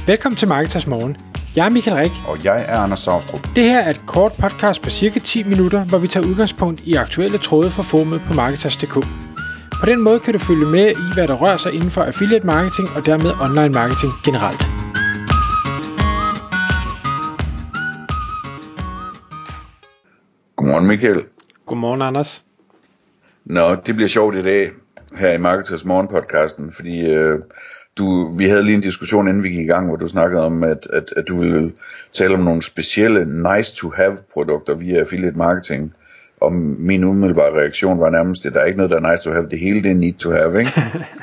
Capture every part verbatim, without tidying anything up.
Velkommen til Marketers Morgen. Jeg er Michael Rik. Og jeg er Anders Saustrup. Det her er et kort podcast på cirka ti minutter, hvor vi tager udgangspunkt i aktuelle tråde fra forumet på Marketers punktum d k. På den måde kan du følge med i, hvad der rører sig inden for affiliate marketing og dermed online marketing generelt. Godmorgen Michael. Godmorgen Anders. Nå, det bliver sjovt i dag her i Marketers Morgen podcasten, fordi øh, du, vi havde lige en diskussion inden vi gik i gang, hvor du snakkede om, at, at, at du ville tale om nogle specielle nice to have produkter via affiliate marketing. Og min umiddelbare reaktion var nærmest, at der er ikke noget, der er nice to have, det hele det er need to have, ikke?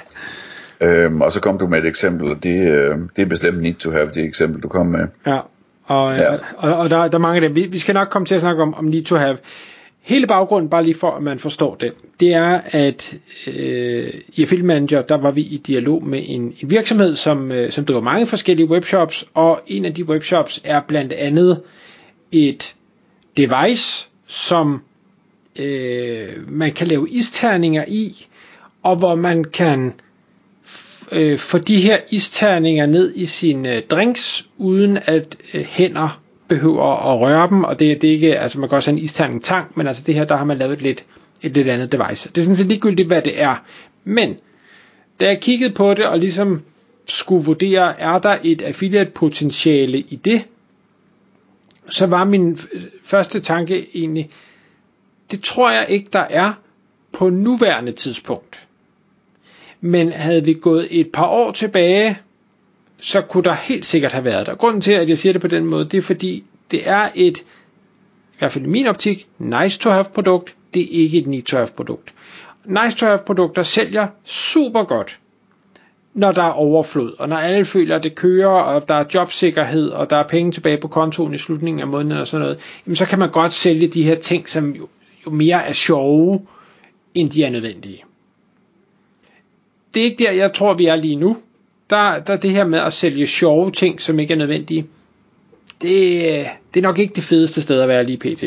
øhm, og så kom du med et eksempel, og det, øh, det er bestemt need to have, det eksempel du kom med. Ja, og, ja. og, og der, der er mange af dem. Vi, vi skal nok komme til at snakke om, om need to have. Hele baggrunden, bare lige for at man forstår det, det er, at øh, i Affiliate Manager, der var vi i dialog med en, en virksomhed, som, øh, som driver mange forskellige webshops, og en af de webshops er blandt andet et device, som øh, man kan lave isterninger i, og hvor man kan øh, få de her isterninger ned i sine øh, drinks, uden at øh, hænder behøver at røre dem, og det, det er ikke, altså man kan også have en isterning tang, men altså det her, der har man lavet et lidt, et lidt andet device. Det er sådan set ligegyldigt, hvad det er. Men, da jeg kiggede på det, og ligesom skulle vurdere, er der et affiliate potentiale i det, så var min første tanke egentlig, det tror jeg ikke, der er på nuværende tidspunkt. Men havde vi gået et par år tilbage, så kunne der helt sikkert have været der. Grunden til, at jeg siger det på den måde, det er fordi, det er et, i hvert fald i min optik, nice to have produkt, det er ikke et need to have produkt. Nice to have produkter sælger super godt, når der er overflod, og når alle føler, at det kører, og der er jobsikkerhed, og der er penge tilbage på kontoen i slutningen af måneden og sådan noget, jamen så kan man godt sælge de her ting, som jo, jo mere er sjove, end de er nødvendige. Det er ikke der, jeg tror, vi er lige nu. Der, der er det her med at sælge sjove ting, som ikke er nødvendige. Det, det er nok ikke det fedeste sted at være lige pt.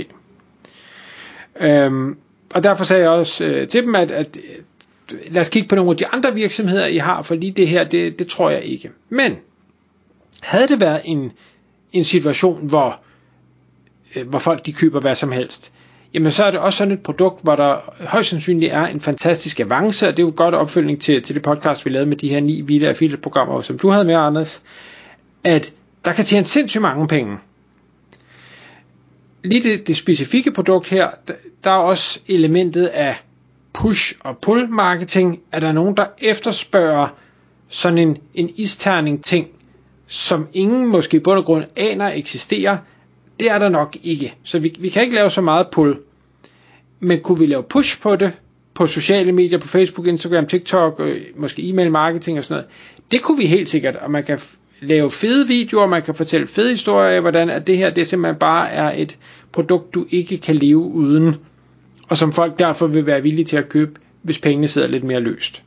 Øhm, og derfor sagde jeg også øh, til dem, at, at lad os kigge på nogle af de andre virksomheder, I har, for lige det her, det, det tror jeg ikke. Men havde det været en, en situation, hvor, øh, hvor folk de køber hvad som helst, jamen så er det også sådan et produkt, hvor der højst sandsynligt er en fantastisk avance, og det er jo et godt opfølgning til, til det podcast, vi lavede med de her ni vilde affiliate-programmer, som du havde med, Anders, at der kan tjene sindssygt mange penge. Lige det, det specifikke produkt her, der, der er også elementet af push- og pull-marketing, at der er nogen, der efterspørger sådan en, en isterning-ting, som ingen måske i bund og grund aner eksisterer. Det er der nok ikke. Så vi, vi kan ikke lave så meget pull. Men kunne vi lave push på det, på sociale medier, på Facebook, Instagram, TikTok, øh, måske e-mail marketing og sådan noget. Det kunne vi helt sikkert, og man kan f- lave fede videoer, man kan fortælle fede historier af, hvordan at det her, det simpelthen bare er et produkt, du ikke kan leve uden, og som folk derfor vil være villige til at købe, hvis pengene sidder lidt mere løst.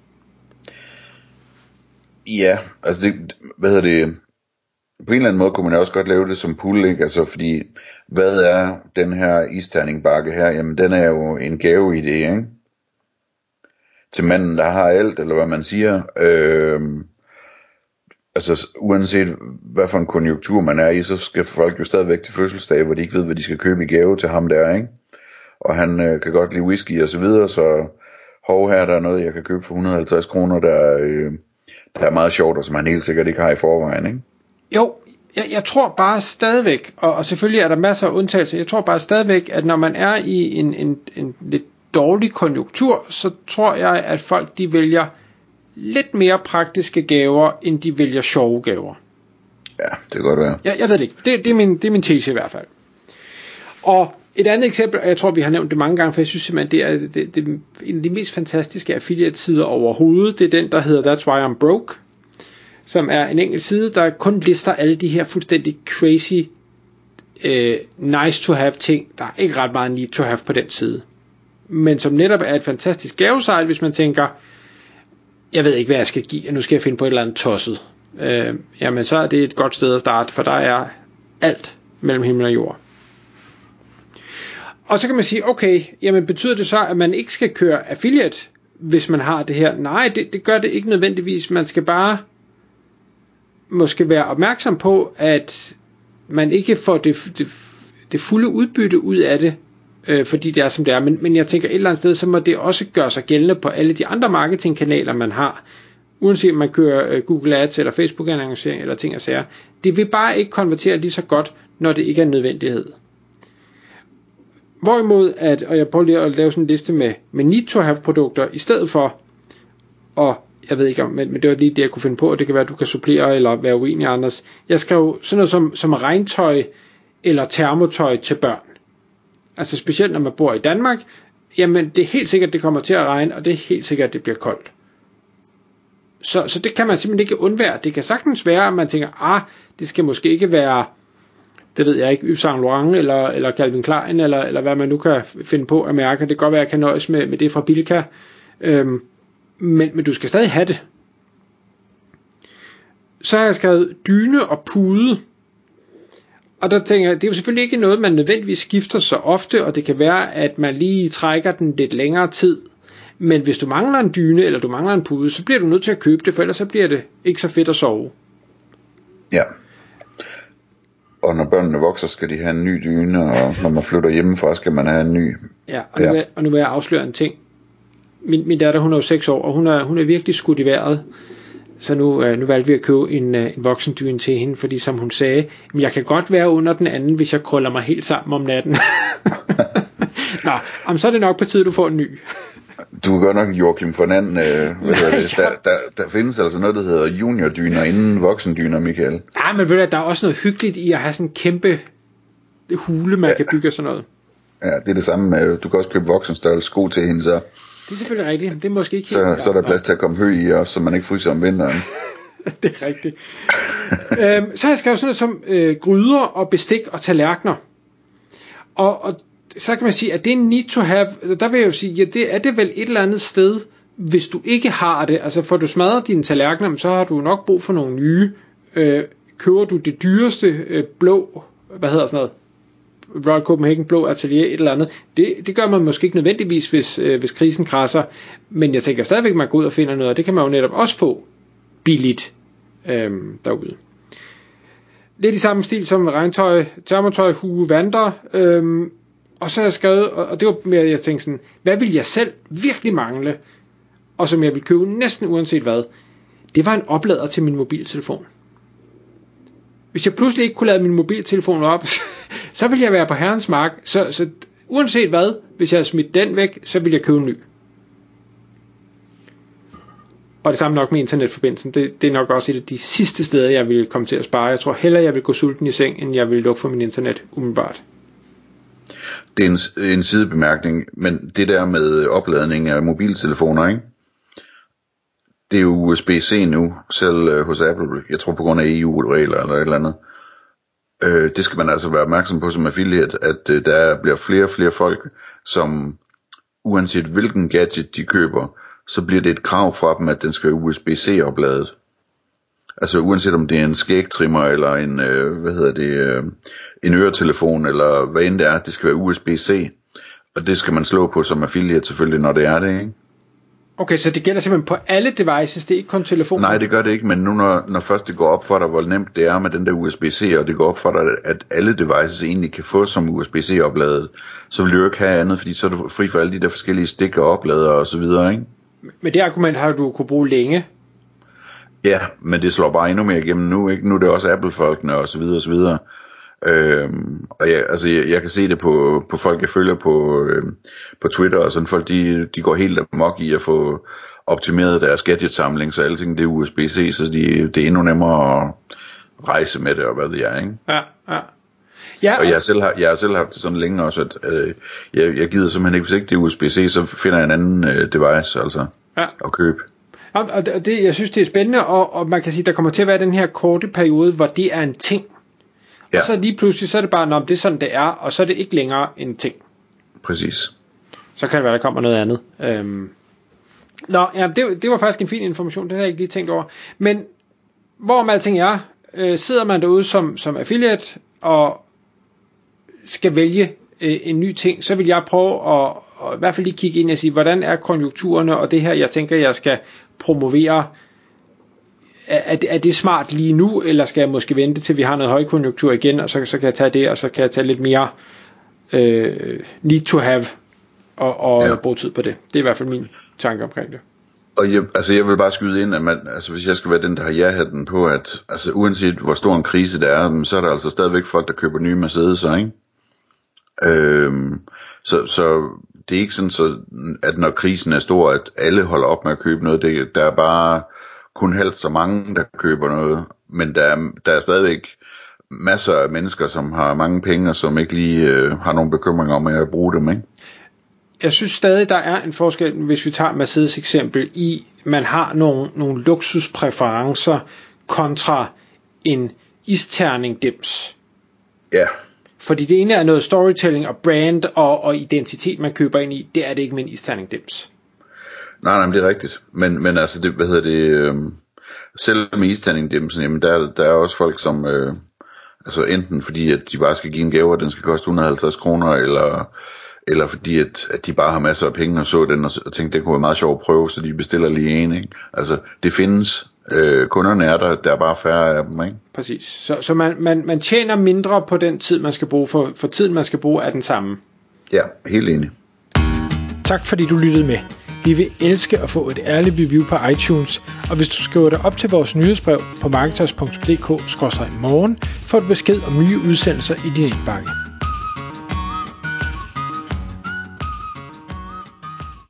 Ja, altså det, hvad hedder det, på en eller anden måde kunne man også godt lave det som pull, ikke? Altså fordi, hvad er den her isterningbakke her? Jamen den er jo en gaveidé, ikke? Til manden, der har alt, eller hvad man siger. Øhm, altså uanset hvad for en konjunktur man er i, så skal folk jo stadigvæk til fødselsdag, hvor de ikke ved, hvad de skal købe i gave til ham der, ikke? Og han øh, kan godt lide whisky og så videre, så hov, her der er noget, jeg kan købe for et hundrede og halvtreds kroner, der, øh, der er meget sjovt, og som han helt sikkert ikke har i forvejen, ikke? Jo, jeg, jeg tror bare stadigvæk, og, og selvfølgelig er der masser af undtagelser, jeg tror bare stadigvæk, at når man er i en, en, en lidt dårlig konjunktur, så tror jeg, at folk de vælger lidt mere praktiske gaver, end de vælger sjove gaver. Ja, det kan godt være. Jeg, jeg ved det ikke. Det, det, er min, det er min tese i hvert fald. Og et andet eksempel, og jeg tror, vi har nævnt det mange gange, for jeg synes simpelthen, det er, det, det er en af de mest fantastiske affiliate-sider overhovedet. Det er den, der hedder That's Why I'm Broke, som er en enkelt side, der kun lister alle de her fuldstændig crazy, uh, nice to have ting. Der er ikke ret meget need to have på den side. Men som netop er et fantastisk gavesite, hvis man tænker, jeg ved ikke, hvad jeg skal give, og nu skal jeg finde på et eller andet tosset. Uh, jamen, så er det et godt sted at starte, for der er alt mellem himmel og jord. Og så kan man sige, okay, jamen betyder det så, at man ikke skal køre affiliate, hvis man har det her? Nej, det, det gør det ikke nødvendigvis. Man skal bare måske være opmærksom på, at man ikke får det, det, det fulde udbytte ud af det, øh, fordi det er som det er. Men, men jeg tænker et eller andet sted, så må det også gøre sig gældende på alle de andre marketingkanaler, man har. Uanset om man kører øh, Google Ads eller Facebook-annoncering eller ting og sager. Det vil bare ikke konvertere lige så godt, når det ikke er en nødvendighed. Hvorimod, at, og jeg prøver lige at lave sådan en liste med, med need to have produkter, i stedet for, og jeg ved ikke om, men, men det var lige det, jeg kunne finde på, og det kan være, at du kan supplere eller være uenig, Anders. Jeg skrev sådan noget som, som regntøj eller termotøj til børn. Altså specielt når man bor i Danmark, jamen det er helt sikkert, det kommer til at regne, og det er helt sikkert, det bliver koldt. Så, så det kan man simpelthen ikke undvære. Det kan sagtens være, at man tænker, ah, det skal måske ikke være, det ved jeg ikke, Yves Saint Laurent eller, eller Calvin Klein, eller, eller hvad man nu kan finde på at mærke. Det kan godt være, at jeg kan nøjes med, med det fra Bilka. Øhm, men, men du skal stadig have det. Så har jeg skrevet dyne og pude. Og der tænker jeg, det er jo selvfølgelig ikke noget, man nødvendigvis skifter så ofte, og det kan være, at man lige trækker den lidt længere tid. Men hvis du mangler en dyne, eller du mangler en pude, så bliver du nødt til at købe det, for ellers så bliver det ikke så fedt at sove. Ja. Og når børnene vokser, skal de have en ny dyne, og når man flytter hjemmefra, skal man have en ny. Ja, og nu, ja. Vil, og nu vil jeg afsløre en ting. Min, min datter, hun er jo seks år, og hun er, hun er virkelig skudt i vejret. Så nu, øh, nu valgte vi at købe en, øh, en voksendyne til hende, fordi som hun sagde, jeg kan godt være under den anden, hvis jeg krøller mig helt sammen om natten. Nå, om så er det nok på tide, du får en ny. Du er godt nok Joachim von Anden, øh, hvad hedder det? Der, der, der findes altså noget, der hedder juniordyner inden voksendyner, Michael. Ja, men ved du, der er også noget hyggeligt i at have sådan en kæmpe hule, man ja. kan bygge sådan noget. Ja, det er det samme med, du kan også købe voksenstørrelse sko til hende, så. Det er selvfølgelig rigtigt, det er måske ikke så, helt, så er der plads til at komme hø i også, så man ikke fryser om vinteren. Det er rigtigt. øhm, så har jeg skrevet sådan noget som øh, gryder og bestik og tallerkener. Og, og så kan man sige, at det er need to have. Der vil jeg jo sige, ja, det er det vel et eller andet sted, hvis du ikke har det. Altså får du smadret dine tallerkener, så har du nok brug for nogle nye. Øh, køber du det dyreste øh, blå, hvad hedder sådan noget, Royal Copenhagen blå atelier, et eller andet. Det, det gør man måske ikke nødvendigvis, hvis, øh, hvis krisen krasser. Men jeg tænker stadigvæk, at man går ud og finder noget, og det kan man jo netop også få billigt øh, derude. Lidt i samme stil som regntøj, termotøj, hue, vanter. Øh, og så har jeg skrevet, og det var mere, jeg tænkte sådan, hvad vil jeg selv virkelig mangle, og som jeg vil købe næsten uanset hvad, det var en oplader til min mobiltelefon. Hvis jeg pludselig ikke kunne lade min mobiltelefon op, så ville jeg være på herrens mark. Så, så uanset hvad, hvis jeg havde smidt den væk, så ville jeg købe en ny. Og det samme nok med internetforbindelsen. Det, det er nok også et af de sidste steder, jeg vil komme til at spare. Jeg tror hellere, jeg vil gå sulten i seng, end jeg vil lukke for min internet umiddelbart. Det er en, en sidebemærkning, men det der med opladning af mobiltelefoner, ikke? Det er jo U S B C nu, selv øh, hos Apple, jeg tror på grund af E U-regler eller et eller andet. Øh, det skal man altså være opmærksom på som affiliate, at øh, der bliver flere og flere folk, som uanset hvilken gadget de køber, så bliver det et krav fra dem, at den skal være U S B C opladet. Altså uanset om det er en skægtrimmer eller en, øh, hvad hedder det, øh, en øretelefon eller hvad end det er, det skal være U S B C. Og det skal man slå på som affiliate selvfølgelig, når det er det, ikke? Okay, så det gælder simpelthen på alle devices, det er ikke kun telefonen? Nej, det gør det ikke, men nu når, når først det går op for dig, hvor nemt det er med den der U S B C, og det går op for dig, at alle devices egentlig kan få som U S B C opladet, så vil du jo ikke have andet, fordi så er du fri for alle de der forskellige stik og opladere og så videre, ikke? Men det argument har du kunne bruge længe. Ja, men det slår bare endnu mere igennem nu, ikke? Nu er det også Apple-folkene og så videre og så videre. Øhm, og jeg, altså jeg, jeg kan se det på, på folk jeg følger på, øhm, på Twitter og sådan, folk de, de går helt amok i at få optimeret deres gadgetsamling, så alting det er U S B C, så de, det er endnu nemmere at rejse med det og hvad det er, ikke? Ja, ja. Ja, og jeg selv har jeg har selv haft det sådan længe også, at øh, jeg, jeg gider simpelthen ikke, hvis ikke det er U S B C, så finder jeg en anden øh, device altså ja. at købe. Ja, og det, jeg synes det er spændende, og, og man kan sige der kommer til at være den her korte periode, hvor det er en ting. Ja. Og så lige pludselig, så er det bare, når det er sådan det er, og så er det ikke længere en ting. Præcis. Så kan det være, der kommer noget andet. Øhm. Nå, ja, det, det var faktisk en fin information, det har jeg ikke lige tænkt over. Men hvorom alting er, øh, sidder man derude som, som affiliate, og skal vælge øh, en ny ting, så vil jeg prøve at, at i hvert fald lige kigge ind og sige, hvordan er konjunkturerne, og det her, jeg tænker, jeg skal promovere. er, er det smart lige nu, eller skal jeg måske vente til vi har noget højkonjunktur igen, og så, så kan jeg tage det, og så kan jeg tage lidt mere øh, need to have, og, og ja. bruge tid på det. Det er i hvert fald min tanke omkring det. Og jeg, altså jeg vil bare skyde ind, at man, altså hvis jeg skal være den, der har ja-hatten på, at altså uanset hvor stor en krise det er, så er der altså stadigvæk folk, der køber nye Mercedes'er, ikke? Øhm, så, så det er ikke sådan, så, at når krisen er stor, at alle holder op med at købe noget. Det, der er bare kun halvt så mange, der køber noget, men der er, der er stadigvæk masser af mennesker, som har mange penge, og som ikke lige øh, har nogen bekymringer om at bruge dem, ikke? Jeg synes stadig, der er en forskel, hvis vi tager Mercedes eksempel, i man har nogle, nogle luksuspræferencer kontra en isterning dims. Ja. Fordi det ene er noget storytelling og brand og, og identitet, man køber ind i. Det er det ikke med en isterning dims. Nej, nej, men det er rigtigt. Men, men altså, det, hvad hedder det, øh, selv med isterning dimsen, jamen der, der er også folk, som, øh, altså enten fordi, at de bare skal give en gave, og den skal koste et hundrede og halvtreds kroner, eller... eller fordi at, at de bare har masser af penge og så den og, og tænkte, det kunne være meget sjovt at prøve, så de bestiller lige en, ikke? Altså, det findes. Øh, kunderne er der, der er bare færre af dem, ikke? Præcis. Så, så man, man, man tjener mindre på den tid, man skal bruge, for, for tiden, man skal bruge, er den samme. Ja, helt enig. Tak fordi du lyttede med. Vi vil elske at få et ærligt review på iTunes, og hvis du skriver dig op til vores nyhedsbrev på marketers punktum d k skråstreg morgen, får du besked om nye udsendelser i din indbakke.